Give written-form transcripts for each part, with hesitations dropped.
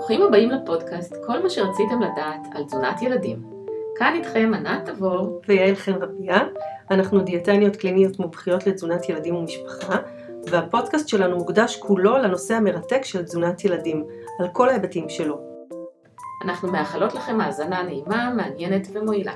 ברוכים הבאים לפודקאסט, כל מה שרציתם לדעת על תזונת ילדים. כאן איתכם ענת תבור ויעל חן רביה. אנחנו דיאטניות קליניות מומחיות לתזונת ילדים ומשפחה, והפודקאסט שלנו מוקדש כולו לנושא המרתק של תזונת ילדים, על כל ההיבטים שלו. אנחנו מאחלות לכם האזנה נעימה, מעניינת ומועילה.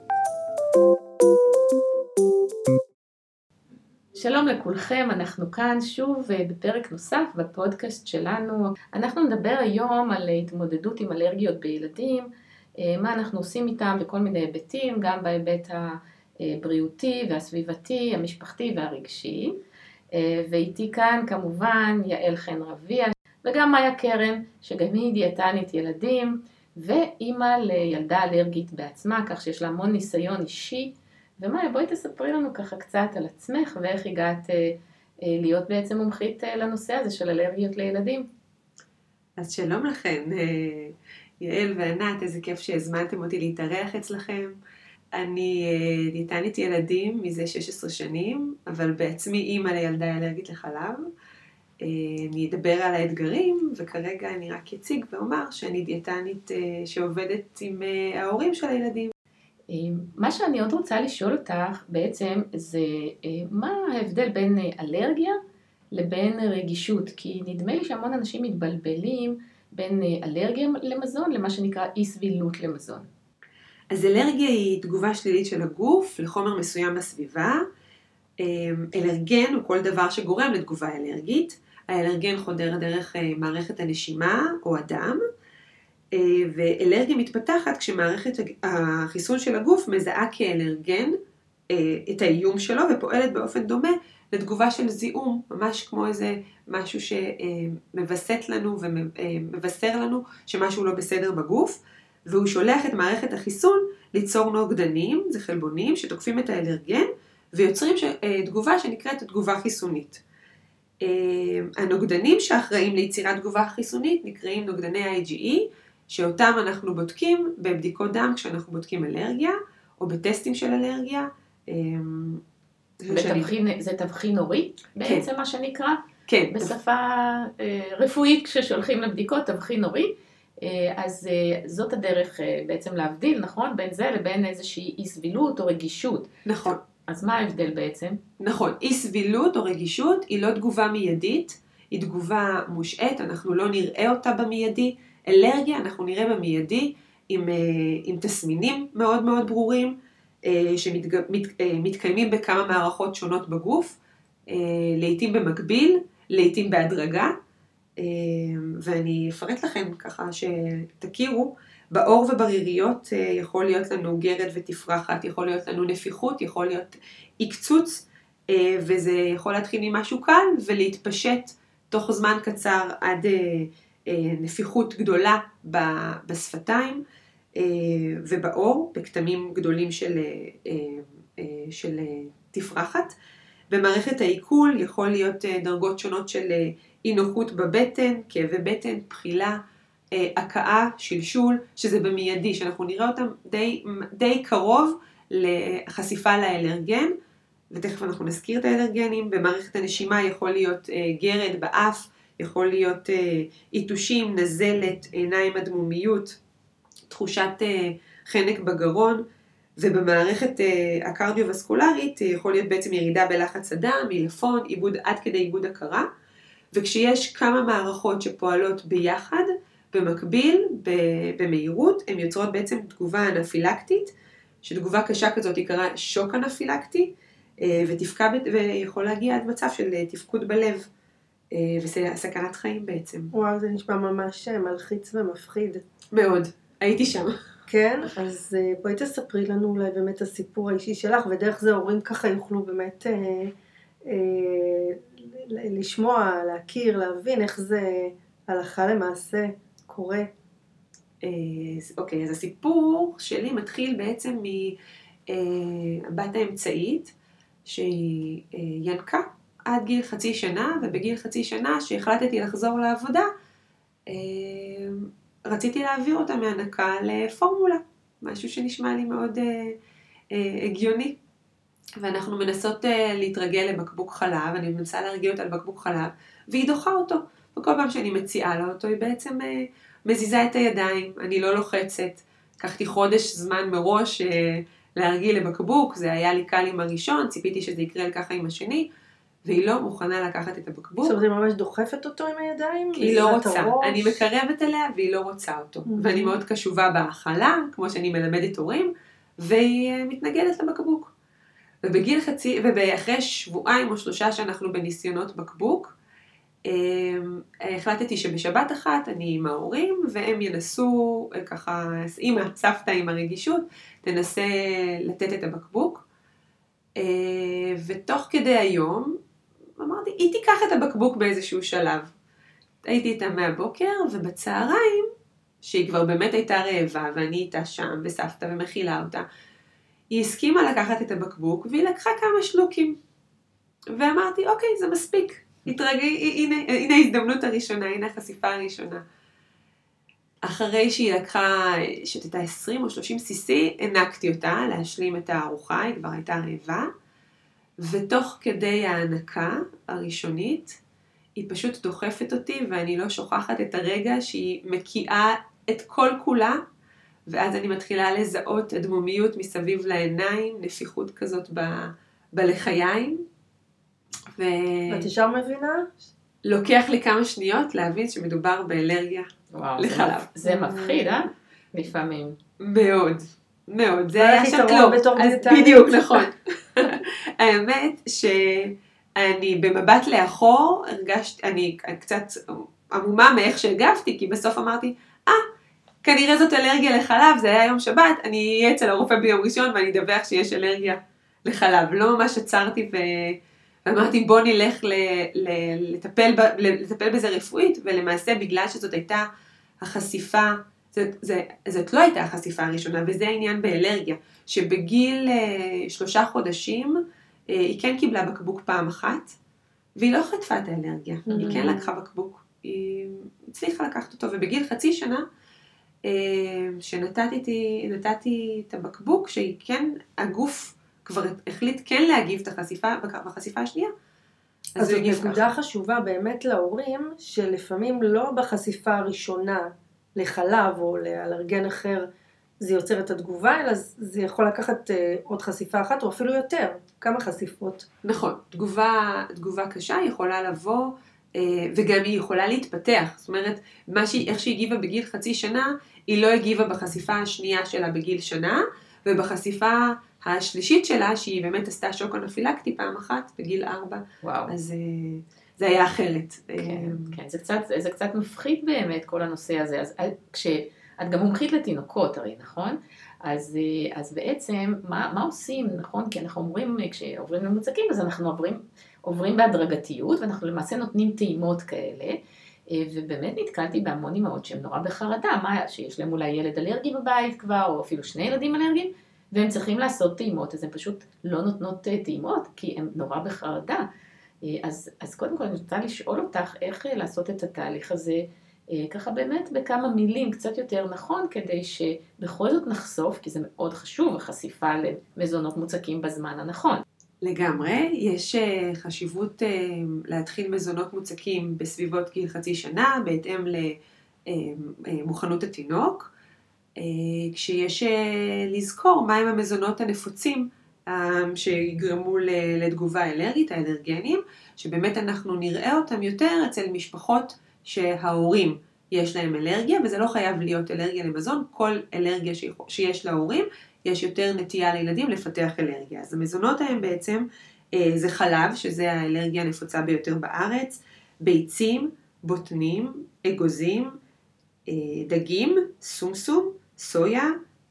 שלום לכולכם, אנחנו כאן שוב בפרק נוסף בפודקאסט שלנו. אנחנו נדבר היום על התמודדות עם אלרגיות בילדים, מה אנחנו עושים איתם בכל מיני היבטים, גם בהיבט הבריאותי והסביבתי, המשפחתי והרגשי. ואיתי כאן כמובן יעל חן רביה וגם מאיה קרן, שגם היא דיאטנית ילדים ואימא לילדה אלרגית בעצמה, כך שיש לה המון ניסיון אישי. ומאיה, בואי תספרי לנו ככה קצת על עצמך ואיך הגעת להיות בעצם מומחית לנושא הזה של אלרגיות לילדים. אז שלום לכם, יעל וענת, איזה כיף שהזמנתם אותי להתארח אצלכם. אני דיאטנית ילדים מזה 16 שנים, אבל בעצמי אימא לילדה אלרגית לחלב. אני אדבר על האתגרים, וכרגע אני רק אציג ואומר שאני דיאטנית שעובדת עם ההורים של הילדים. מה שאני עוד רוצה לשאול אותך בעצם זה מה ההבדל בין אלרגיה לבין רגישות, כי נדמה לי שהמון אנשים מתבלבלים בין אלרגיה למזון למה שנקרא אי סבילות למזון. אז אלרגיה היא תגובה שלילית של הגוף לחומר מסוים בסביבה. אלרגן הוא כל דבר שגורם לתגובה אלרגית. האלרגן חודר דרך מערכת הנשימה או הדם, ואלרגיה מתפתחת כשמערכת החיסון של הגוף מזהה כאלרגן את האיום שלו ופועלת באופן דומה לתגובה של זיהום, ממש כמו איזה משהו שמבסט לנו ומבשר לנו שמשהו לא בסדר בגוף, והוא שולח את מערכת החיסון ליצור נוגדנים, זה חלבונים שתוקפים את האלרגן ויוצרים תגובה שנקראת תגובה חיסונית. הנוגדנים שאחראים ליצירת תגובה חיסונית נקראים נוגדני IgE, שאותם אנחנו בודקים בבדיקות דם כשאנחנו בודקים אלרגיה, או בטסטים של אלרגיה. זה תבחין הורי בעצם מה שנקרא? כן. בשפה רפואית כששולחים לבדיקות, תבחין הורי. אז זאת הדרך בעצם להבדיל, נכון? בין זה לבין איזושהי אי סבילות או רגישות. נכון. אז מה ההבדל בעצם? נכון, אי סבילות או רגישות היא לא תגובה מיידית, היא תגובה מושעת, אנחנו לא נראה אותה במיידי. אלרגיה אנחנו נראה במיידי עם תסמינים מאוד מאוד ברורים, שמתקיימים בכמה מערכות שונות בגוף, לעתים במקביל, לעתים בהדרגה, ואני אפרט לכם ככה שתכירו, בעור ובריריות יכול להיות לנו גרד ותפרחת, יכול להיות לנו נפיחות, יכול להיות עקצוץ, וזה יכול להתחיל ממשהו קל ולהתפשט תוך זמן קצר עד נפיחות גדולה בשפתיים ובעור, בכתמים גדולים של תפרחת. במערכת העיכול יכול להיות דרגות שונות של אי נוחות בבטן, כאבי בטן, בחילה, הקאה, שלשול, שזה במיידי, שאנחנו נראה אותם די קרוב לחשיפה לאלרגן, ותכף אנחנו נזכיר את האלרגנים. במערכת הנשימה יכול להיות גרד באף, יכול להיות עיתושים, נזלת, עיניים אדמומיות, תחושת חנק בגרון, ובמערכת הקרדיו-וסקולרית יכול להיות בעצם ירידה בלחץ הדם, עילפון, עד כדי איבוד הכרה, וכשיש כמה מערכות שפועלות ביחד, במקביל, במהירות, הן יוצרות בעצם תגובה אנפילקטית, שתגובה קשה כזאת היא קראה שוק אנפילקטי, ויכול להגיע עד מצב של תפקוד בלב, וזה סכנת חיים בעצם. וואו, זה נשמע ממש מלחיץ ומפחיד. מאוד, הייתי שם. כן, אז בואי תספרי לנו אולי באמת הסיפור האישי שלך, ודרך זה הורים ככה יוכלו באמת לשמוע, להכיר, להבין איך זה הלכה למעשה קורה. אוקיי, אז הסיפור שלי מתחיל בעצם מבת האמצעית, שהיא ינקה עד גיל חצי שנה, ובגיל חצי שנה שהחלטתי לחזור לעבודה, רציתי להעביר אותה מהנקה לפורמולה, משהו שנשמע לי מאוד הגיוני. ואנחנו מנסות להתרגל לבקבוק חלב, אני מנסה להרגיל אותה לבקבוק חלב, והיא דוחה אותו. וכל פעם שאני מציעה לה אותו, היא בעצם מזיזה את הידיים, אני לא לוחצת. לקחתי חודש זמן מראש להרגיל לבקבוק, זה היה לי קל עם הראשון, ציפיתי שזה יקרה ככה עם השני, והיא לא מוכנה לקחת את הבקבוק. זאת אומרת, היא ממש דוחפת אותו עם הידיים? כי היא לא רוצה. אני מקרבת אליה והיא לא רוצה אותו. ואני מאוד קשובה בהאכלה, כמו שאני מלמדת הורים, והיא מתנגדת לבקבוק. ואחרי שבועיים או 3 שאנחנו בניסיונות בקבוק, החלטתי שבשבת אחת אני עם ההורים, והם ינסו ככה, אמא, סבתא עם הרגישות, תנסה לתת את הבקבוק. ותוך כדי היום, אמרתי, היא תיקח את הבקבוק באיזשהו שלב. הייתי איתה מהבוקר, ובצהריים, שהיא כבר באמת הייתה רעבה, ואני איתה שם, וסבתא ומכילה אותה, היא הסכימה לקחת את הבקבוק, והיא לקחה כמה שלוקים. ואמרתי, אוקיי, זה מספיק. התרגעי, הנה ההזדמנות הראשונה, הנה החשיפה הראשונה. אחרי שהיא לקחה, שתתה 20 או 30 cc, הענקתי אותה להשלים את הארוחה, היא כבר הייתה רעבה, ותוך כדי ההענקה הראשונית, היא פשוט דוחפת אותי, ואני לא שוכחת את הרגע שהיא מקיאה את כל כולה, ואז אני מתחילה לזהות הדמומיות מסביב לעיניים, נפיחות כזאת בלחיים. ואת ישר מבינה? לוקח לי כמה שניות להבין שמדובר באלרגיה לחלב. זה מפחיד, לפעמים. מאוד, מאוד. זה היה שם בתור דיאטנית. בדיוק, נכון. האמת שאני במבט לאחור הרגשתי, אני קצת עמומה מאיך שהגבתי, כי בסוף אמרתי, כנראה זאת אלרגיה לחלב, זה היה יום שבת, אני אהיה אצל הרופא ביום ראשון ואני אדווח שיש אלרגיה לחלב. לא ממש עצרתי ואמרתי בוא נלך לטפל בזה רפואית, ולמעשה בגלל שזאת הייתה החשיפה, זאת לא הייתה החשיפה הראשונה, וזה העניין באלרגיה, שבגיל 3 חודשים היא כן קיבלה בקבוק פעם אחת, והיא לא חטפה את האלרגיה, היא כן לקחה בקבוק, היא הצליחה לקחת אותו, ובגיל חצי שנה, שנתתי את הבקבוק, שהיא כן, הגוף כבר החליט כן להגיב את החשיפה, בחשיפה השנייה. אז זאת נקודה חשובה באמת להורים, שלפעמים לא בחשיפה הראשונה לחלב או לאלרגן אחר, זה יוצר את התגובה, אלא זה יכול לקחת עוד חשיפה אחת או אפילו יותר. כמה חשיפות? נכון, תגובה קשה יכולה לבוא, וגם היא יכולה להתפתח. זאת אומרת, איך שהיא הגיבה בגיל חצי שנה, היא לא הגיבה בחשיפה השנייה שלה בגיל שנה, ובחשיפה השלישית שלה, שהיא באמת עשתה שוק אנפילקטי פעם אחת בגיל 4, וואו. אז זה היה אחרת. כן, זה קצת מפחיד באמת כל הנושא הזה, אז כשאת גם מומחית לתינוקות הרי, נכון? אז בעצם, מה עושים, נכון? כי אנחנו אומרים, כשעוברים למוצקים, אז אנחנו עוברים בהדרגתיות, ואנחנו למעשה נותנים טעימות כאלה, ובאמת נתקלתי בהמון אמהות שהן נורא בחרדה, שיש להם אולי ילד אלרגי בבית כבר, או אפילו 2 ילדים אלרגיים, והם צריכים לעשות טעימות, אז הן פשוט לא נותנות טעימות, כי הן נורא בחרדה. אז קודם כל אני רוצה לשאול אותך איך לעשות את התהליך הזה, ככה באמת בכמה מילים קצת יותר נכון, כדי שבכל זאת נחשוף, כי זה מאוד חשוב, החשיפה למזונות מוצקים בזמן הנכון. לגמרי, יש חשיבות להתחיל מזונות מוצקים בסביבות גיל חצי שנה, בהתאם למוכנות התינוק, כשיש לזכור מהם המזונות הנפוצים שיגרמו לתגובה אלרגית, האלרגנים, שבאמת אנחנו נראה אותם יותר אצל משפחות שההורים יש להם אלרגיה, וזה לא חייב להיות אלרגיה למזון, כל אלרגיה שיש להורים, יש יותר נטייה לילדים לפתח אלרגיה. אז המזונות ההם בעצם זה חלב, שזה האלרגיה הנפוצה ביותר בארץ, ביצים, בוטנים, אגוזים, דגים, סומסום, סויה,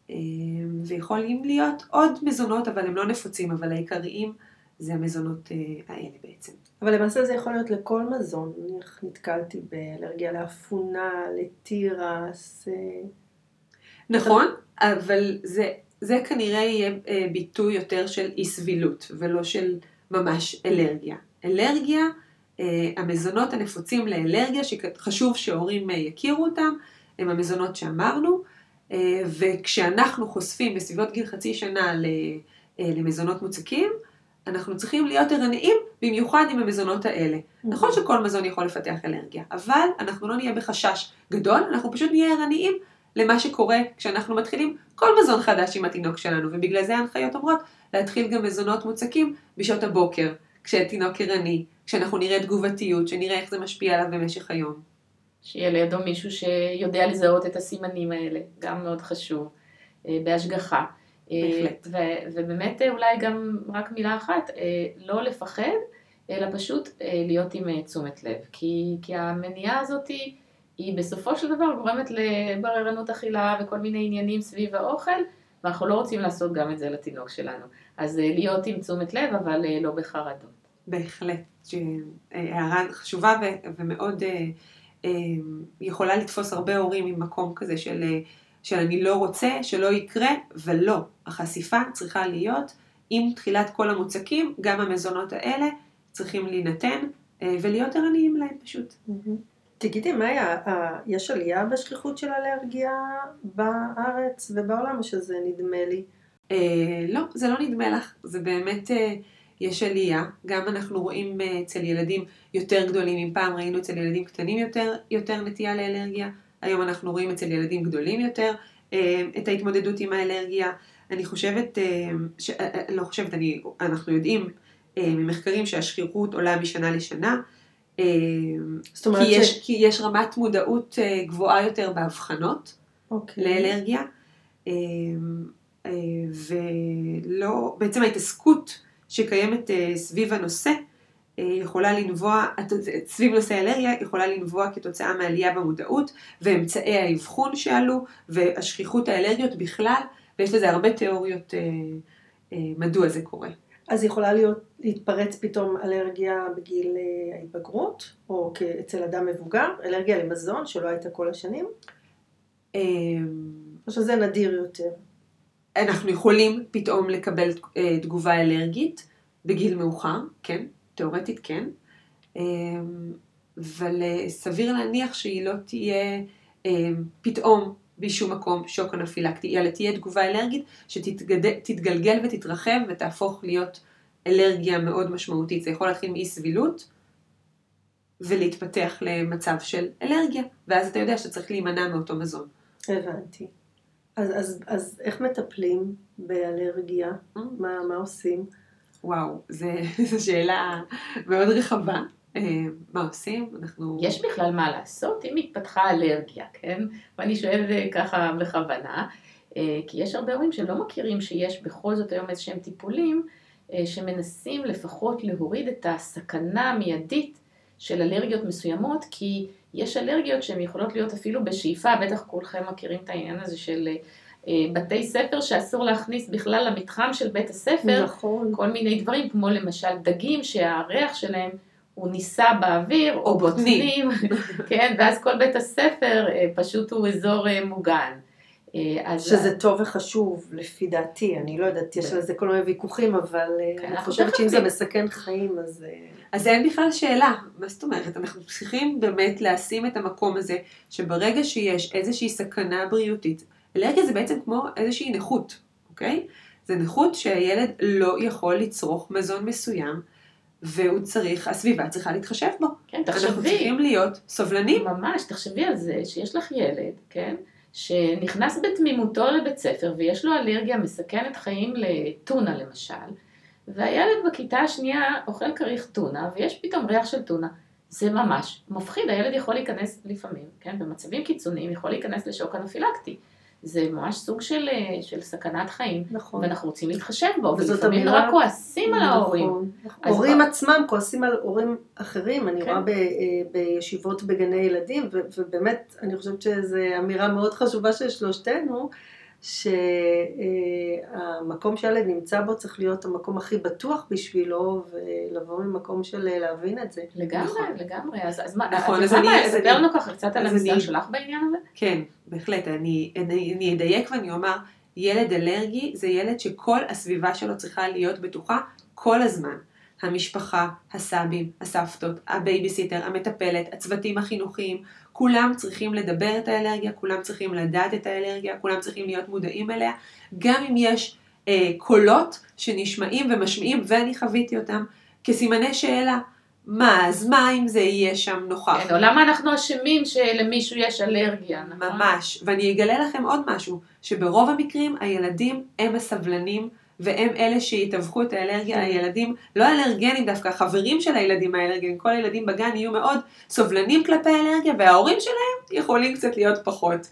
ויכולים להיות עוד מזונות, אבל הם לא נפוצים, אבל העיקריים זה המזונות האלה בעצם. אבל למעשה זה יכול להיות לכל מזון. אני נתקלתי באלרגיה לאפונה, לתירס. נכון, אבל זה כנראה יהיה ביטוי יותר של אי סבילות, ולא של ממש אלרגיה. אלרגיה, המזונות הנפוצים לאלרגיה, שחשוב שההורים יכירו אותם, הם המזונות שאמרנו, וכשאנחנו חושפים בסביבות גיל חצי שנה למזונות מוצקים, אנחנו צריכים להיות ערניים, במיוחד עם המזונות האלה. נכון שכל מזון יכול לפתח אלרגיה, אבל אנחנו לא נהיה בחשש גדול, אנחנו פשוט נהיה ערניים למה שקורה כשאנחנו מתחילים כל מזון חדש עם התינוק שלנו, ובגלל זה ההנחיות אומרות להתחיל גם מזונות מוצקים בשעות הבוקר, כשהתינוק ערני, כשאנחנו נראה תגובתיות, שנראה איך זה משפיע עליו במשך היום. שיהיה לידו מישהו שיודע לזהות את הסימנים האלה, גם מאוד חשוב, בהשגחה. בהחלט. ובאמת אולי גם רק מילה אחת, לא לפחד, אלא פשוט להיות עם תשומת לב. כי המניעה הזאת היא בסופו של דבר גורמת לבררנות אכילה וכל מיני עניינים סביב האוכל, ואנחנו לא רוצים לעשות גם את זה לתינוק שלנו. אז להיות עם תשומת לב, אבל לא בחרדות. בהחלט. הערה חשובה ומאוד יכולה לתפוס הרבה הורים עם מקום כזה של אני לא רוצה, שלא יקרה, ולא. החשיפה צריכה להיות עם תחילת כל המוצקים, גם המזונות האלה צריכים להינתן ולהיות ערניים להם פשוט. תגידי, מאיה, יש עלייה בשכיחות של אלרגיה בארץ ובעולם, או שזה נדמה לי? לא, זה לא נדמה לך. זה באמת, יש עלייה. גם אנחנו רואים אצל ילדים יותר גדולים, אם פעם ראינו אצל ילדים קטנים יותר נטייה לאלרגיה. היום אנחנו רואים אצל ילדים גדולים יותר את ההתמודדות עם האלרגיה. אני חושבת, אנחנו יודעים ממחקרים שהשכיחות עולה משנה לשנה, כי יש רמת מודעות גבוהה יותר בהבחנות לאלרגיה, ולא, בעצם ההתעסקות שקיימת סביב הנושא, יכולה לנבוע, סביב נושא האלרגיה יכולה לנבוע כתוצאה מעלייה במודעות, ואמצעי האבחון שעלו, והשכיחות האלרגיות בכלל, ויש לזה הרבה תיאוריות מדוע זה קורה. אז יכולה להתפרץ פתאום אלרגיה בגיל ההתבגרות, או אצל אדם מבוגר, אלרגיה למזון שלא הייתה כל השנים? או שזה נדיר יותר? אנחנו יכולים פתאום לקבל תגובה אלרגית בגיל מאוחר, כן, תיאורטית כן, אבל סביר להניח שהיא לא תהיה פתאום באישום מקום שוק אנפילקטי, אלא תהיה תגובה אלרגית שתתגלגל ותתרחב ותהפוך להיות אלרגיה מאוד משמעותית. זה יכול להתחיל מאי סבילות ולהתפתח למצב של אלרגיה, ואז אתה יודע שאתה צריך להימנע מאותו מזון. הבנתי. אז איך מטפלים באלרגיה? מה עושים? וואו, זו שאלה מאוד רחבה. מה עושים? יש בכלל מה לעשות אם התפתחה אלרגיה, כן? ואני שואלת ככה בכוונה, כי יש הרבה הורים שלא מכירים שיש בכל זאת היום איזשהם טיפולים שמנסים לפחות להוריד את הסכנה המיידית של אלרגיות מסוימות, כי יש אלרגיות שהן יכולות להיות אפילו בשאיפה, בטח כולכם מכירים את העניין הזה של בתי ספר שאסור להכניס בכלל למתחם של בית הספר, נכון. כל מיני דברים, כמו למשל דגים שהריח שלהם הוא ניסה באוויר, או בוטנים, כן, ואז כל בית הספר פשוט הוא אזור מוגן. שזה טוב וחשוב, לפי דעתי, אני לא יודעת, יש לזה כל מיני ויכוחים, אבל אני חושבת שאם זה מסכן חיים, אז אין בכלל שאלה, מה זאת אומרת? אנחנו צריכים באמת לשים את המקום הזה, שברגע שיש איזושהי סכנה בריאותית, אלרגיה זה בעצם כמו איזושהי נכות, אוקיי? זה נכות שהילד לא יכול לצרוך מזון מסוים, הסביבה צריכה להתחשב בו. כן, תחשבי. אנחנו צריכים להיות סובלנים. ממש, תחשבי על זה שיש לך ילד, כן? שנכנס בתמימותו לבית ספר, ויש לו אלרגיה מסכנת חיים לטונה למשל, והילד בכיתה השנייה אוכל כריך טונה, ויש פתאום ריח של טונה. זה ממש מפחיד, הילד יכול להיכנס לפעמים, כן? במצבים קיצוניים יכול להיכנס לשוק אנפילקטי. זה ממש סוג של סכנת חיים, נכון. ואנחנו רוצים להתחשב בו, ולפעמים נורא כועסים על ההורים. נכון. הורים עצמם כועסים על הורים אחרים, אני רואה בישיבות בגני ילדים, ובאמת אני חושבת שזו אמירה מאוד חשובה של שלושתנו, שהמקום שהילד נמצא בו צריך להיות המקום הכי בטוח בשבילו, ולבוא ממקום של להבין את זה. לגמרי. אז מה, אספר לנו ככה קצת על הניסיון שלך בעניין הזה? כן, בהחלט. אני אדייק ואני אומר, ילד אלרגי זה ילד שכל הסביבה שלו צריכה להיות בטוחה כל הזמן. המשפחה, הסבים, הסבתות, הבייביסיטר, המטפלת, הצוותים החינוכיים, כולם צריכים לדבר את האלרגיה, כולם צריכים לדעת את האלרגיה, כולם צריכים להיות מודעים אליה, גם אם יש קולות שנשמעים ומשמיעים, ואני חוויתי אותם כסימני שאלה. מה, אז מה אם זה יהיה שם נוכח? כן, או למה אנחנו אשמים שלמישהו יש אלרגיה, נכון? ממש, ואני אגלה לכם עוד משהו, שברוב המקרים הילדים הם הסבלנים, והם אלה שיתווכו את האלרגיה. הילדים, לא אלרגנים דווקא, החברים של הילדים האלרגנים, כל הילדים בגן יהיו מאוד סובלנים כלפי האלרגיה, וההורים שלהם יכולים קצת להיות פחות.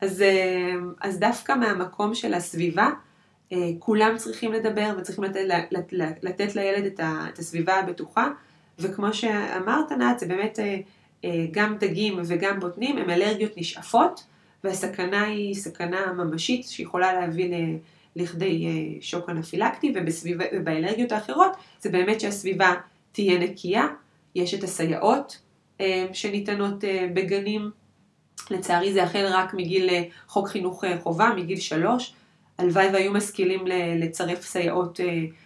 אז דווקא מהמקום של הסביבה, כולם צריכים לדבר, וצריכים לתת לילד את הסביבה הבטוחה, וכמו שאמרת נת, זה באמת גם דגים וגם בוטנים, הם אלרגיות נשאפות, והסכנה היא סכנה ממשית, שיכולה להביא לכדי שוק אנפילקטי, ובאלרגיות האחרות, זה באמת שהסביבה תהיה נקייה, יש את הסייעות שניתנות בגנים, לצערי זה החל רק מגיל חוק חינוך חובה, מגיל 3, הלוואי והיו משכילים לצרף סייעות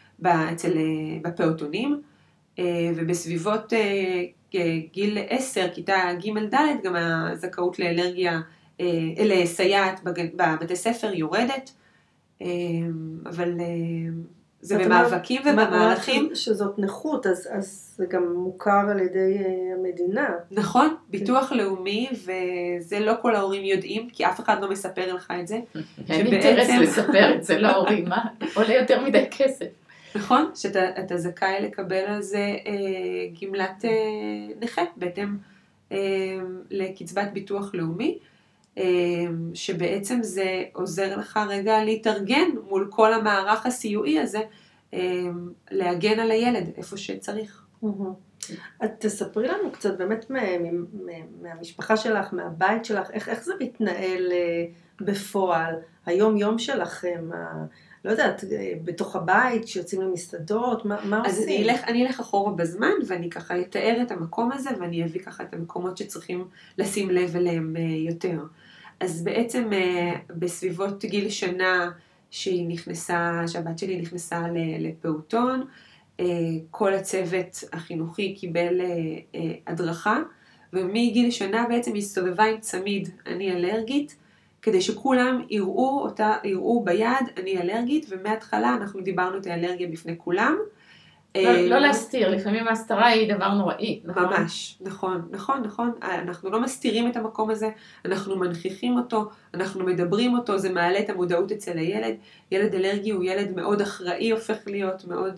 בפעוטונים, ובסביבות גיל 10, כיתה ג' ד', גם הזכאות לאלרגיה, לסייעת בבתי ספר יורדת, אבל זה במאבקים ובמהלכים. שזאת נכות, אז זה גם מוכר על ידי המדינה. נכון, ביטוח לאומי, וזה לא כל ההורים יודעים, כי אף אחד לא מספר לך את זה. אין אינטרס לספר את זה להורים, מה? עולה יותר מדי כסף. נכון, שאתה זכאי לקבל על זה גמלת נכה, בהתאם לקצבת ביטוח לאומי, שבעצם זה עוזר לך רגע להתארגן מול כל המערך הסיועי הזה, להגן על הילד איפה שצריך. אז תספרי לנו קצת באמת מהמשפחה שלך, מהבית שלך, איך זה מתנהל בפועל, היום שלכם, לא יודעת, בתוך הבית, שיוצאים למסעדות, מה עושים? אז אני אלך אחורה בזמן, ואני ככה אתאר את המקום הזה, ואני אביא ככה את המקומות שצריכים לשים לב אליהם יותר. אז בעצם בסביבות גיל שנה שהבת שלי נכנסה לפעוטון, כל הצוות החינוכי קיבל הדרכה, ומגיל שנה בעצם הסתובבה עם צמיד, אני אלרגית, כדי שכולם יראו ביד, אני אלרגית, ומההתחלה אנחנו דיברנו את האלרגיה בפני כולם. לא להסתיר, לפעמים ההסתרה היא דבר נוראי, נכון? ממש, נכון. אנחנו לא מסתירים את המקום הזה, אנחנו מנכיחים אותו, אנחנו מדברים אותו, זה מעלה את המודעות אצל הילד. ילד אלרגי הוא ילד מאוד אחראי, הופך להיות מאוד,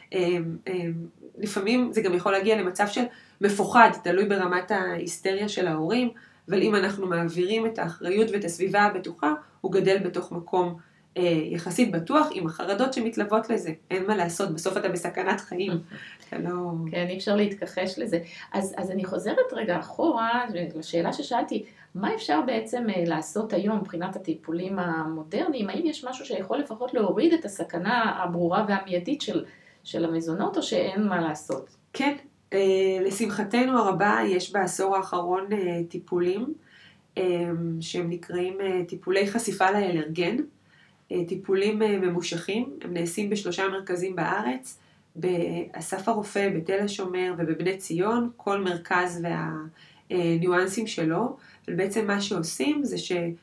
לפעמים זה גם יכול להגיע למצב של מפוחד, תלוי ברמת ההיסטריה של ההורים, אבל אם אנחנו מעבירים את האחריות ואת הסביבה הבטוחה, הוא גדל בתוך מקום יחסית בטוח, עם החרדות שמתלוות לזה. אין מה לעשות, בסוף אתה בסכנת חיים. כן, אי אפשר להתכחש לזה. אז אני חוזרת רגע אחורה, לשאלה ששאלתי, מה אפשר בעצם לעשות היום מבחינת הטיפולים המודרניים? האם יש משהו שיכול לפחות להוריד את הסכנה הברורה והמיידית של המזונות, או שאין מה לעשות? כן, לשמחתנו הרבה יש בעשור האחרון טיפולים, שהם נקראים טיפולי חשיפה לאלרגן, טיפולים ממושכים, הם נעשים ב3 מרכזים בארץ, באסף הרופא, בתל השומר ובבני ציון, כל מרכז והניואנסים שלו, ובעצם מה שעושים זה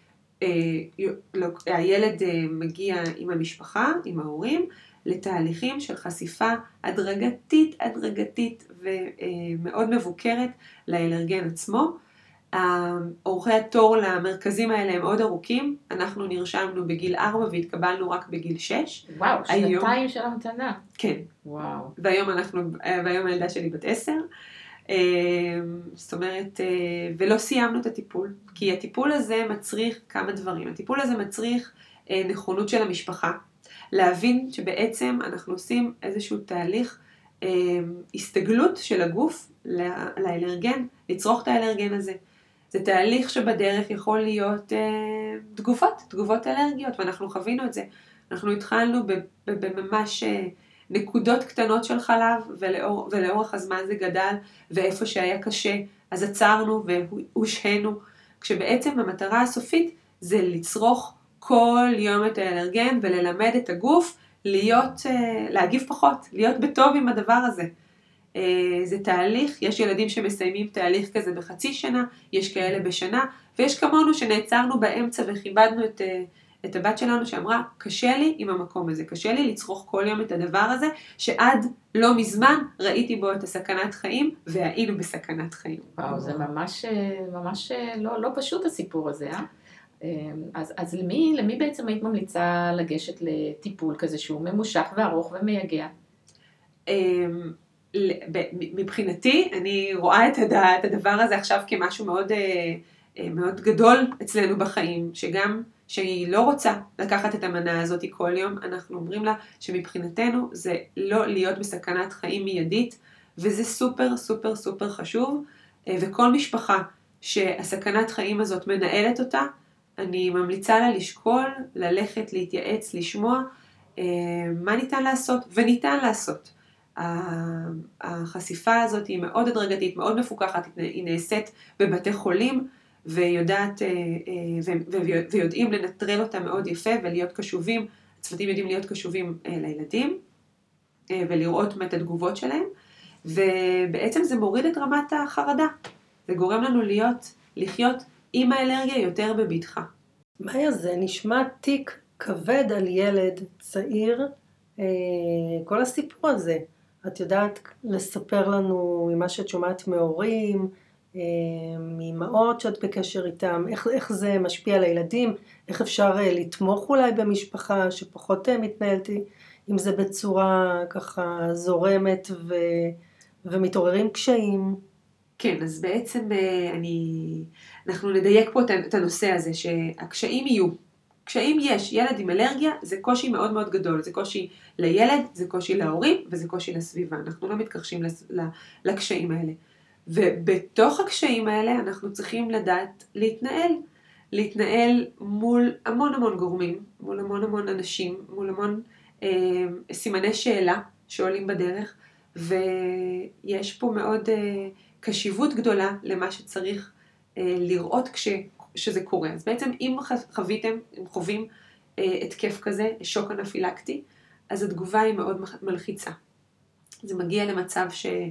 שהילד מגיע עם המשפחה, עם ההורים, לתהליכים של חשיפה הדרגתית ומאוד מבוקרת לאלרגן עצמו. אורכי התור למרכזים האלה הם מאוד ארוכים, אנחנו נרשמנו בגיל 4 והתקבלנו רק בגיל 6. וואו, שנתיים של המתנה. כן. וואו. והיום הילדה שלי בת 10. זאת אומרת, ולא סיימנו את הטיפול, כי הטיפול הזה מצריך כמה דברים. הטיפול הזה מצריך נכונות של המשפחה, להבין שבעצם אנחנו עושים איזשהו תהליך הסתגלות של הגוף לאלרגן, לצרוך את האלרגן הזה. זה תהליך שבדרך יכול להיות תגובות אלרגיות, ואנחנו חווינו את זה. אנחנו התחלנו בממש נקודות קטנות של חלב, ולאורך הזמן זה גדל, ואיפה שהיה קשה, אז עצרנו והושהנו, כשבעצם המטרה הסופית זה לצרוך כל יום את האלרגן, וללמד את הגוף להגיב פחות, להיות בטוב עם הדבר הזה. זה תהליך, יש ילדים שמסיימים תהליך כזה בחצי שנה, יש כאלה בשנה, ויש כמונו שנעצרנו באמצע וכיבדנו את הבת שלנו שאמרה, קשה לי עם המקום הזה, קשה לי לצרוך כל יום את הדבר הזה, שעד לא מזמן ראיתי בו את הסכנת חיים, והיינו בסכנת חיים. וואו, זה ממש לא פשוט הסיפור הזה, אה? אז למי בעצם היית ממליצה לגשת לטיפול כזה שהוא ממושך וארוך ומייגע? מבחינתי, אני רואה את הדבר הזה עכשיו כמשהו מאוד, מאוד גדול אצלנו בחיים, שגם שהיא לא רוצה לקחת את המנה הזאת כל יום, אנחנו אומרים לה שמבחינתנו זה לא להיות בסכנת חיים מיידית, וזה סופר סופר סופר חשוב, וכל משפחה שהסכנת חיים הזאת מנהלת אותה, אני ממליצה לה לשקול, ללכת, להתייעץ, לשמוע מה ניתן לעשות, וניתן לעשות. החשיפה הזאת היא מאוד הדרגתית, מאוד מפוקחת, היא נעשית בבתי חולים, ויודעים לנטרל אותה מאוד יפה ולהיות קשובים, הצוותים יודעים להיות קשובים לילדים, ולראות את התגובות שלהם, ובעצם זה מוריד את רמת החרדה, זה גורם לנו לחיות עם האלרגיה יותר בבטחה. מאיה, זה נשמע תיק כבד על ילד צעיר, כל הסיפור הזה. את יודעת לספר לנו ממה שאת שומעת מהורים, מאמהות שאת בקשר איתם, איך זה משפיע על הילדים, איך אפשר לתמוך אולי במשפחה שפחות מתנהלת אם זה בצורה ככה זורמת ומתעוררים קשיים. כן, אז בעצם אנחנו נדייק פה את הנושא הזה, שהקשיים יהיו. קשיים יש, ילד עם אלרגיה זה קושי מאוד מאוד גדול, זה קושי לילד, זה קושי להורים וזה קושי לסביבה, אנחנו לא מתכחשים לקשיים האלה. ובתוך הקשיים האלה אנחנו צריכים לדעת להתנהל מול המון המון גורמים, מול המון המון אנשים, מול המון סימני שאלה שעולים בדרך, ויש פה מאוד קשיבות גדולה למה שצריך לראות שזה קורה. אז בעצם אם חווים התקף כזה, שוק אנפילקטי, אז התגובה היא מאוד מלחיצה. זה מגיע למצב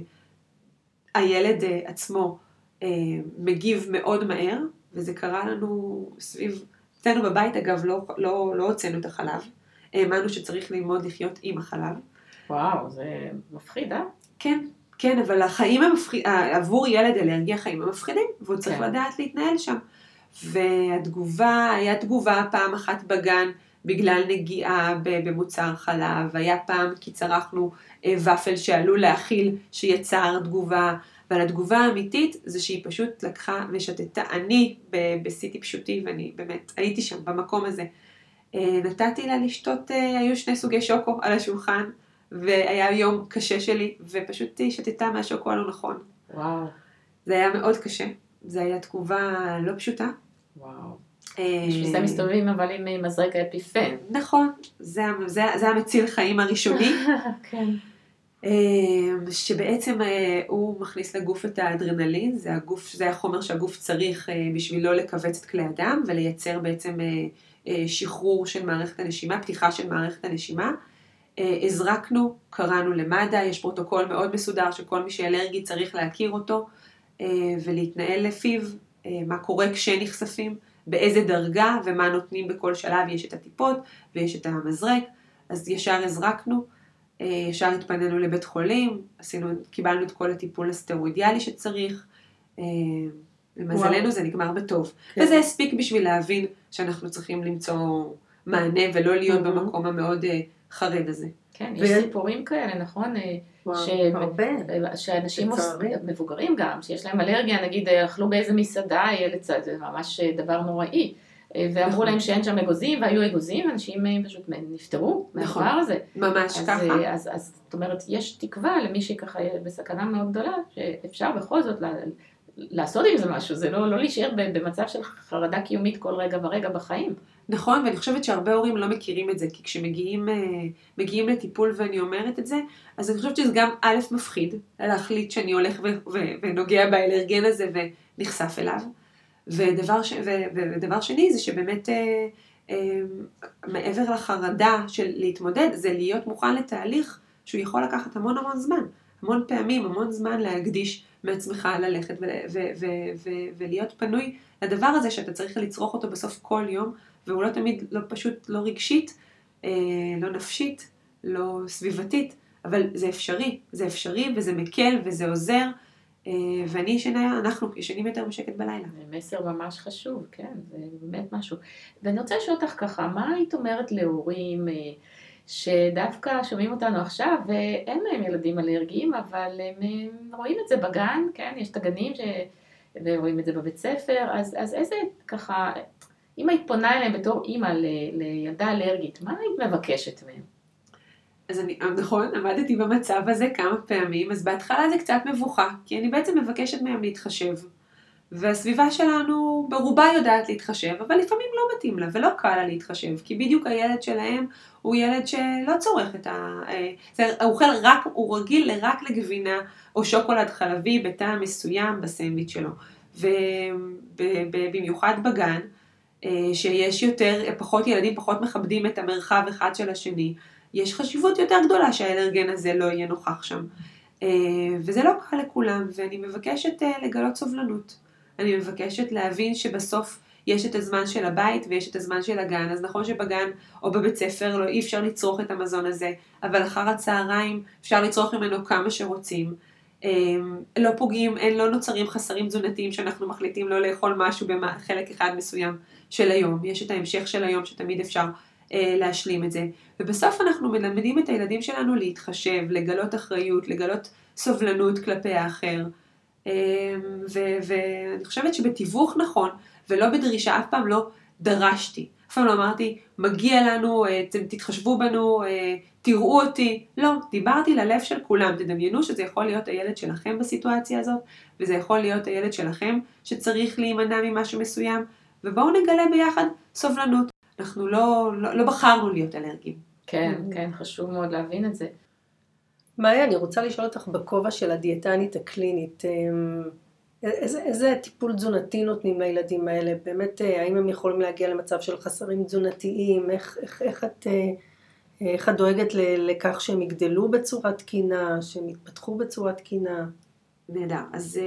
שהילד עצמו מגיב מאוד מהר, וזה קרה לנו אצלנו בבית, אגב, לא הוצאנו את החלב, האמנו שצריך ללמוד לחיות עם החלב. וואו, זה מפחיד, אה? כן, אבל החיים עבור ילד אלרגיה, החיים הם מפחידים, והוא צריך לדעת להתנהל שם. והתגובה, היה תגובה פעם אחת בגן, בגלל נגיעה במוצר חלב, היה פעם כי צרכנו ופל שעלול להכיל שיצר תגובה, אבל התגובה האמיתית זה שהיא פשוט לקחה ושתתה, אני בסיטי פשוטי, ואני באמת הייתי שם במקום הזה, נתתי לה לשתות, היו 2 סוגי שוקו על השולחן, והיה יום קשה שלי, ופשוט שתתה מהשוקו הלא נכון. וואו. זה היה מאוד קשה, זה היה תגובה לא פשוטה. וואו. בשביל זה מסתובבים אבל עם מזרק האפיפן. נכון, זה המציל חיים הראשוני. כן. שבעצם הוא מכניס לגוף את האדרנלין, זה החומר שהגוף צריך בשביל לא לכווץ את כלי הדם, ולייצר בעצם שחרור של מערכת הנשימה, פתיחה של מערכת הנשימה. הזרקנו, קראנו למד"א, יש פרוטוקול מאוד מסודר שכל מי שאלרגי צריך להכיר אותו, ולהתנהל לפיו, מה קורה כשנחשפים, באיזה דרגה ומה נותנים בכל שלב, יש את הטיפות ויש את המזרק, אז ישר הזרקנו, ישר התפנינו לבית חולים, קיבלנו את כל הטיפול הסטרואידיאלי שצריך, למזלנו זה נגמר בטוב, וזה הספיק בשביל להבין שאנחנו צריכים למצוא מענה ולא להיות במקום המאוד חרד הזה. כן, יש סיפורים כאלה, נכון? שאנשים מבוגרים גם, שיש להם אלרגיה, נגיד אכלו באיזה מסעדה, זה ממש דבר נוראי, ואמרו להם שאין שם אגוזים, והיו אגוזים, אנשים פשוט נפטרו מהדבר הזה. ממש ככה. אז זאת אומרת, יש תקווה למי שככה בסכנה מאוד גדולה, שאפשר בכל זאת לעשות עם זה משהו, זה לא להישאר במצב של חרדה קיומית כל רגע ורגע בחיים. נכון, ואני חושבת שהרבה הורים לא מכירים את זה, כי כשמגיעים לטיפול ואני אומרת את זה, אז אני חושבת שזה גם א' מפחיד, להחליט שאני הולך ונוגע באלרגן הזה ונחשף אליו, ודבר שני זה שבאמת מעבר לחרדה של להתמודד, זה להיות מוכן לתהליך שהוא יכול לקחת המון המון זמן, המון פעמים, המון זמן להקדיש מעצמך ללכת ולהיות פנוי לדבר הזה שאתה צריך לצרוך אותו בסוף כל יום, והוא לא תמיד, לא פשוט, לא רגשית, לא נפשית, לא סביבתית, אבל זה אפשרי וזה מקל וזה עוזר, אנחנו ישנים יותר בשקט בלילה. זה מסר ממש חשוב, כן, זה באמת משהו. ואני רוצה לשאול אותך ככה, מה היית אומרת להורים שדווקא שומעים אותנו עכשיו, ואין להם ילדים אלרגיים, אבל הם רואים את זה בגן, כן, יש את הגנים ורואים את זה בבית ספר, אז איזה ככה, אם היית פונה אליהם בתור אימא לילדה אלרגית, מה היית מבקשת מהם? אז נכון, עמדתי במצב הזה כמה פעמים, אז בהתחלה זה קצת מבוכה, כי אני בעצם מבקשת מהם להתחשב. והסביבה שלנו ברובה יודעת להתחשב, אבל לפעמים לא מתאים לה ולא קל לה להתחשב, כי בדיוק הילד שלהם הוא ילד שלא צורך את הוא רגיל רק לגבינה או שוקולד חלבי בטעם מסוים בסנדוויץ' שלו. ובמיוחד בגן, שיש פחות ילדים, פחות מכבדים את המרחב אחד של השני, יש חשיבות יותר גדולה שהאלרגן הזה לא יהיה נוכח שם. וזה לא קל לכולם, ואני מבקשת לגלות סובלנות. אני מבקשת להבין שבסוף יש את הזמן של הבית ויש את הזמן של הגן. אז נכון שבגן או בבית ספר אי אפשר לצרוך את המזון הזה, אבל אחר הצהריים אפשר לצרוך ממנו כמה שרוצים. לא פוגעים, לא נוצרים חסרים תזונתיים שאנחנו מחליטים לא לאכול משהו בחלק אחד מסוים של היום. יש את ההמשך של היום שתמיד אפשר להשלים את זה. ובסוף אנחנו מלמדים את הילדים שלנו להתחשב, לגלות אחריות, לגלות סובלנות כלפי האחר. ואני חושבת שבתיווך נכון, ולא בדרישה, אף פעם לא דרשתי. אף פעם לא אמרתי, מגיע לנו, תתחשבו בנו, תראו אותי. לא, דיברתי ללב של כולם. תדמיינו שזה יכול להיות הילד שלכם בסיטואציה הזאת, וזה יכול להיות הילד שלכם שצריך להימנע ממשהו מסוים, ובואו נגלה ביחד סובלנות. אנחנו לא בחרנו להיות אלרגיים. כן, כן, חשוב מאוד להבין את זה. מאיה, אני רוצה לשאול אותך בכובע של הדיאטנית הקלינית, איזה טיפול תזונתי נותנים לילדים האלה? באמת, האם הם יכולים להגיע למצב של חסרים תזונתיים? איך את דואגת לכך שהם יגדלו בצורה תקינה, שהם יתפתחו בצורה תקינה? נהדר. אז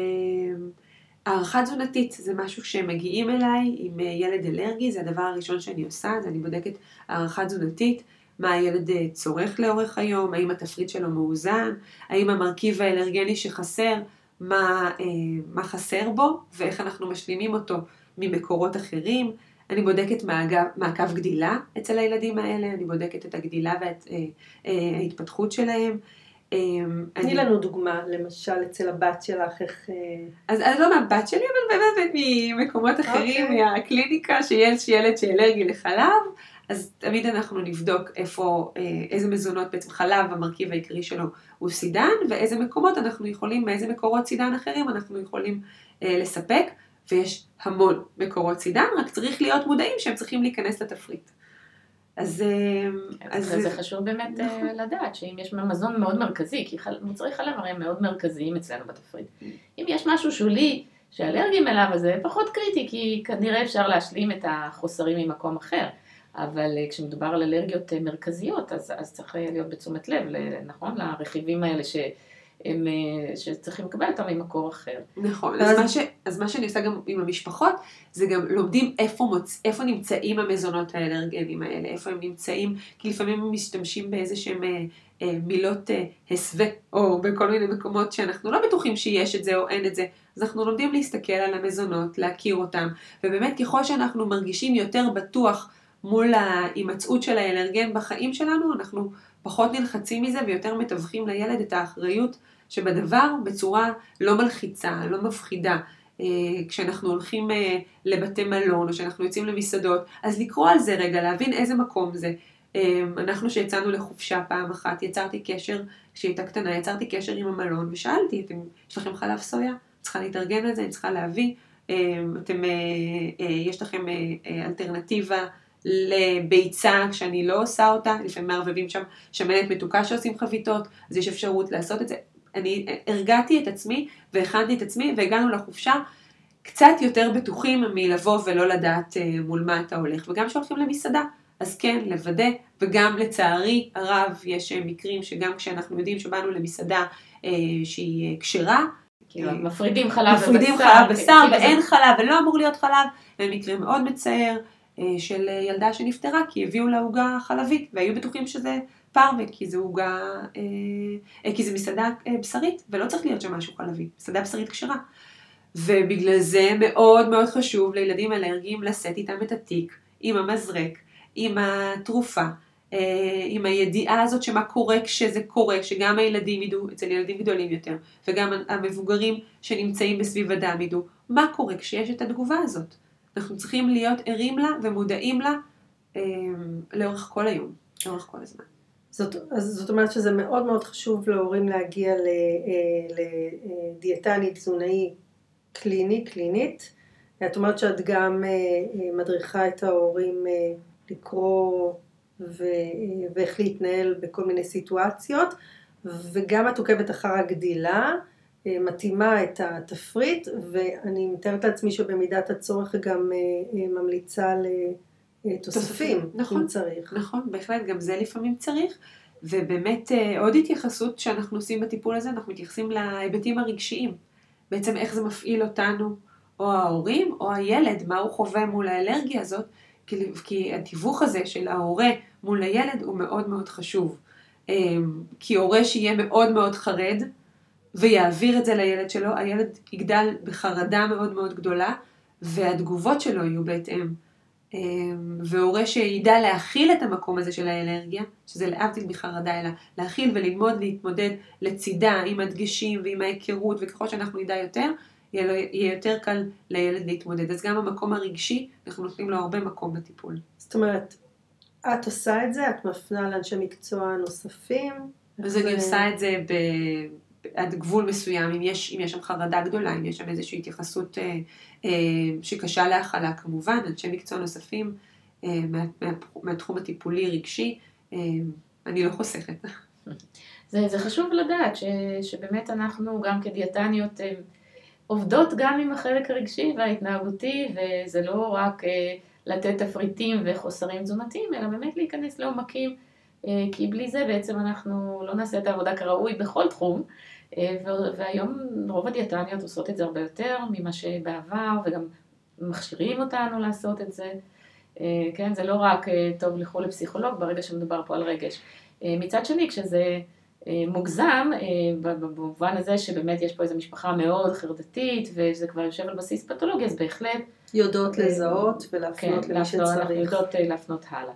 הערכה תזונתית זה משהו שמגיעים אליי עם ילד אלרגי, זה הדבר הראשון שאני עושה, אז אני בודקת הערכה תזונתית, מה הילד צורך לאורך היום, האם התפריט שלו מאוזן, האם המרכיב האלרגני שחסר, מה חסר בו, ואיך אנחנו משלימים אותו ממקורות אחרים. אני בודקת מעקב גדילה אצל הילדים האלה, אני בודקת את הגדילה וההתפתחות שלהם. תני לנו דוגמה, למשל אצל הבת שלך, איך... אז לא מהבת שלי, אבל באמת ממקומות אחרים, מהקליניקה, שיש ילד שאלרגי לחלב, אז תמיד אנחנו נבדוק איזה מזונות, בעצם חלב, המרכיב העיקרי שלו הוא סידן, ואיזה מקומות אנחנו יכולים, מאיזה מקורות סידן אחרים אנחנו יכולים לספק, ויש המון מקורות סידן, רק צריך להיות מודעים שהם צריכים להיכנס לתפריט. אז זה חשוב באמת לדעת, שאם יש מזון מאוד מרכזי, כי מוצרי חלב הרי הם מאוד מרכזיים אצלנו בתפריט. אם יש משהו שולי שאלרגיים אליו, אז זה פחות קריטי, כי כנראה אפשר להשלים את החוסרים ממקום אחר. אבל כשמדובר על אלרגיות מרכזיות, אז צריך להיות בתשומת לב, נכון? לרכיבים האלה שצריכים לקבל אותם ממקור אחר. נכון, אז מה שאני עושה גם עם המשפחות, זה גם לומדים איפה נמצאים המזונות האלרגנים האלה, איפה הם נמצאים, כי לפעמים הם משתמשים באיזה שהם מילות הסווה, או בכל מיני מקומות שאנחנו לא בטוחים שיש את זה או אין את זה, אז אנחנו לומדים להסתכל על המזונות, להכיר אותם, ובאמת ככל שאנחנו מרגישים יותר בטוח מול ההימצאות של האלרגן בחיים שלנו, אנחנו פחות נלחצים מזה ויותר מתווכים לילד את האחריות שבדבר בצורה לא מלחיצה, לא מפחידה. כשאנחנו הולכים לבתי מלון או שאנחנו יוצאים למסעדות, אז לקרוא על זה רגע, להבין איזה מקום זה. אנחנו שיצאנו לחופשה פעם אחת, יצרתי קשר, כשהייתה קטנה, יצרתי קשר עם המלון ושאלתי, יש לכם חלב סויה? צריכה להתארגן על זה, אני צריכה להביא. יש לכם אלטרנטיבה לביצה כשאני לא עושה אותה, לפעמים מערבבים שם שמנת מתוקה שעושים חביתות, אז יש אפשרות לעשות את זה. אני הרגעתי את עצמי והכנתי את עצמי והגענו לחופשה קצת יותר בטוחים מלבוא ולא לדעת מול מה אתה הולך, וגם שהולכים למסעדה, אז כן, לוודא, וגם לצערי הרב יש מקרים שגם כשאנחנו יודעים שבאנו למסעדה שהיא כשרה, מפרידים חלב ובשר ואין חלב ולא אמור להיות חלב, הם מקרים מאוד מצער, של ילדה שנפטרה, כי הביאו לה עוגה חלבית, והיו בטוחים שזה פרווה, כי זה עוגה, כי זה מסעדה בשרית, ולא צריך להיות שם משהו חלבי, מסעדה בשרית כשרה. ובגלל זה מאוד מאוד חשוב לילדים אלרגיים לשאת איתם את התיק, עם המזרק, עם התרופה, עם הידיעה הזאת שמה קורה כשזה קורה, שגם הילדים ידעו, אצל ילדים גדולים יותר, וגם המבוגרים שנמצאים בסביב אדם ידעו, מה קורה כשיש את התגובה הזאת. אנחנו צריכים להיות ערים לה ומודעים לה לאורך כל היום, לאורך כל הזמן. זאת אומרת שזה מאוד מאוד חשוב להורים להגיע לדיאטנית תזונאי קלינית. את אומרת שאת גם מדריכה את ההורים לקרוא ואיך להתנהל בכל מיני סיטואציות, וגם את עוקבת אחר הגדילה, מתאימה את התפריט, ואני מתארת לעצמי שבמידת הצורך גם ממליצה לתוספים, נכון, אם צריך. נכון, בהחלט, גם זה לפעמים צריך, ובאמת עוד התייחסות שאנחנו עושים בטיפול הזה, אנחנו מתייחסים להיבטים הרגשיים, בעצם איך זה מפעיל אותנו, או ההורים, או הילד, מה הוא חווה מול האלרגיה הזאת, כי התיווך הזה של ההורה מול הילד הוא מאוד מאוד חשוב. כי הורה שיהיה מאוד מאוד חרד, ויעביר את זה לילד שלו, הילד יגדל בחרדה מאוד מאוד גדולה, והתגובות שלו יהיו בהתאם. והורה שידע להכיל את המקום הזה של האלרגיה, שזה להבדיל בחרדה, אלא להכיל וללמוד להתמודד לצידה עם הדגשים ועם ההיכרות, וככל שאנחנו נדע יותר, יהיה יותר קל לילד להתמודד. אז גם המקום הרגשי, אנחנו נותנים לו הרבה מקום בטיפול. זאת אומרת, את עושה את זה, את מפנה לאנשי מקצוע נוספים? אז אני עושה את זה עד גבול מסוים, אם יש שם חרדה גדולה, אם יש שם איזושהי התייחסות שקשה להכלה כמובן, אנשי מקצוע נוספים מהתחום הטיפולי רגשי, אני לא חוסכת. זה חשוב לדעת שבאמת אנחנו גם כדיאטניות עובדות גם עם החלק הרגשי וההתנהגותי, וזה לא רק לתת תפריטים וחוסרים תזונתיים, אלא באמת להיכנס לעומקים, כי בלי זה בעצם אנחנו לא נעשה את העבודה כראוי בכל תחום, והיום רוב הדיאטניות עושות את זה הרבה יותר ממה שבעבר, וגם מכשירים אותנו לעשות את זה. כן, זה לא רק טוב לכו לפסיכולוג ברגע שמדובר פה על רגש. מצד שני, כשזה מוגזם, במובן הזה שבאמת יש פה איזו משפחה מאוד חרדתית, וזה כבר יושב על בסיס פתולוגי, אז בהחלט יודעות לזהות ולהפנות למי שצריך. אנחנו יודעות להפנות הלאה.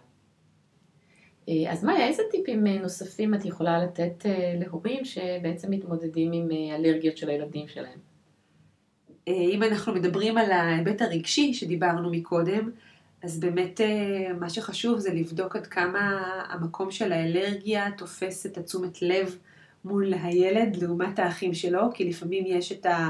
אז מאיה, איזה טיפים נוספים את יכולה לתת להורים שבעצם מתמודדים עם אלרגיות של הילדים שלהם? אם אנחנו מדברים על ההיבט הרגשי שדיברנו מקודם, אז באמת מה שחשוב זה לבדוק עד כמה המקום של האלרגיה תופס את התשומת לב מול הילד לעומת האחים שלו, כי לפעמים יש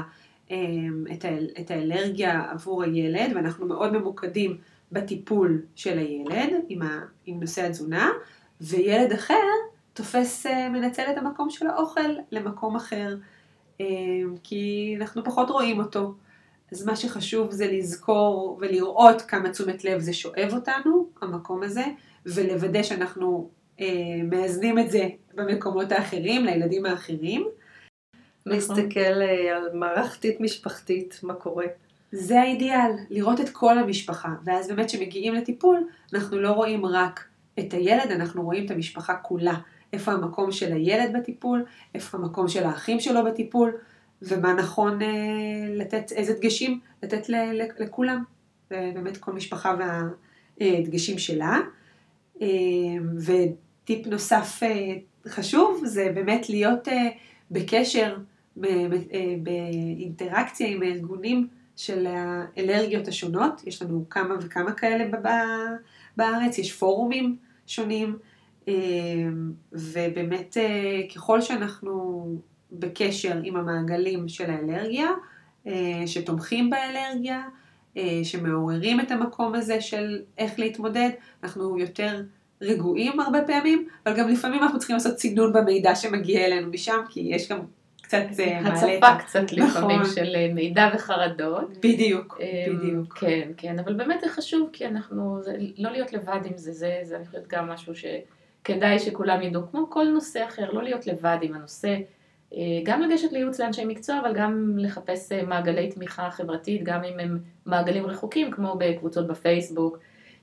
את האלרגיה עבור הילד, ואנחנו מאוד ממוקדים בטיפול של הילד עם נושא התזונה, וילד אחר מנצל את המקום של האוכל למקום אחר, כי אנחנו פחות רואים אותו. אז מה שחשוב זה לזכור ולראות כמה תשומת לב זה שואב אותנו, המקום הזה, ולוודא שאנחנו מאזנים את זה במקומות האחרים, לילדים האחרים. להסתכל על מערכתית משפחתית, מה קורה. זה האידיאל, לראות את כל המשפחה, ואז באמת שמגיעים לטיפול, אנחנו לא רואים רק את הילד, אנחנו רואים את המשפחה כולה. איפה המקום של הילד בטיפול, איפה המקום של האחים שלו בטיפול, ומה נכון לתת, איזה דגשים לתת לכולם, ובאמת כל משפחה והדגשים שלה. וטיפ נוסף חשוב, זה באמת להיות בקשר, באינטראקציה עם הארגונים של האלרגיות השונות. יש לנו כמה וכמה כאלה בארץ, יש פורומים שונים, ובאמת ככל שאנחנו בקשר עם המעגלים של האלרגיה, שתומכים באלרגיה, שמעוררים את המקום הזה של איך להתמודד, אנחנו יותר רגועים הרבה פעמים, אבל גם לפעמים אנחנו צריכים לעשות צינון במידע שמגיע אלינו משם, כי יש גם קצת הצפה קצת לפעמים של מידע וחרדות. בדיוק. כן, כן, אבל באמת זה חשוב, כי אנחנו, לא להיות לבד עם זה, זה אני חושבת גם משהו שכדאי שכולם ידעו, כמו כל נושא אחר, לא להיות לבד עם הנושא, גם לגשת לייעוץ לאנשי מקצוע, אבל גם לחפש מעגלי תמיכה חברתית, גם אם הם מעגלים רחוקים, כמו בקבוצות בפייסבוק,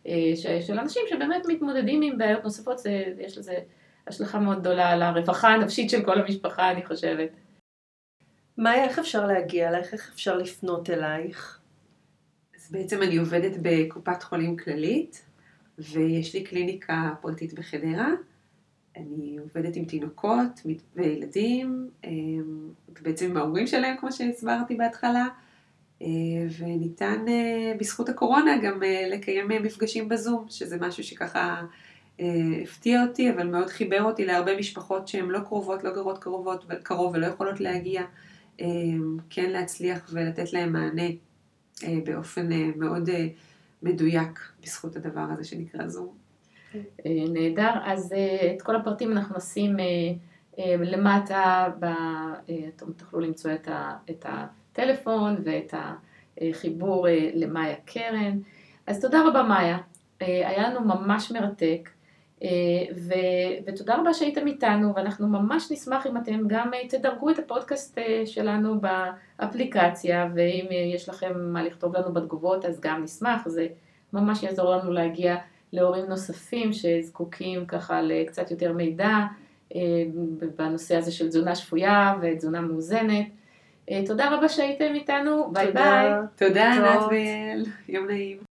של אנשים שבאמת מתמודדים עם בעיות נוספות, יש לזה השלכה מאוד גדולה על הרווחה הנפשית של כל המשפחה, אני חושבת. מאיה, איך אפשר להגיע אלייך? איך אפשר לפנות אלייך? אז בעצם אני עובדת בקופת חולים כללית, ויש לי קליניקה פרטית בחדרה. אני עובדת עם תינוקות וילדים, בעצם עם ההורים שלהם, כמו שהסברתי בהתחלה, וניתן בזכות הקורונה גם לקיים מפגשים בזום, שזה משהו שככה הפתיע אותי, אבל מאוד חיבר אותי להרבה משפחות שהן לא קרובות, לא גרות קרוב ולא יכולות להגיע, כן להצליח ולתת להם מענה באופן מאוד מדויק בזכות הדבר הזה שנקרא זום. נהדר, אז את כל הפרטים אנחנו נשים למטה, אתם תוכלו למצוא את הטלפון ואת החיבור למאיה קרן. אז תודה רבה מאיה, היה לנו ממש מרתק, ותודה רבה שהייתם איתנו, ואנחנו ממש נשמח אם אתם גם תדרגו את הפודקאסט שלנו באפליקציה, ואם יש לכם מה לכתוב לנו בתגובות אז גם נשמח, זה ממש יעזור לנו להגיע להורים נוספים שזקוקים ככה לקצת יותר מידע בנושא הזה של תזונה שפויה ותזונה מאוזנת. תודה רבה שהייתם איתנו, ביי ביי. תודה ענת ויעל, יום נעים.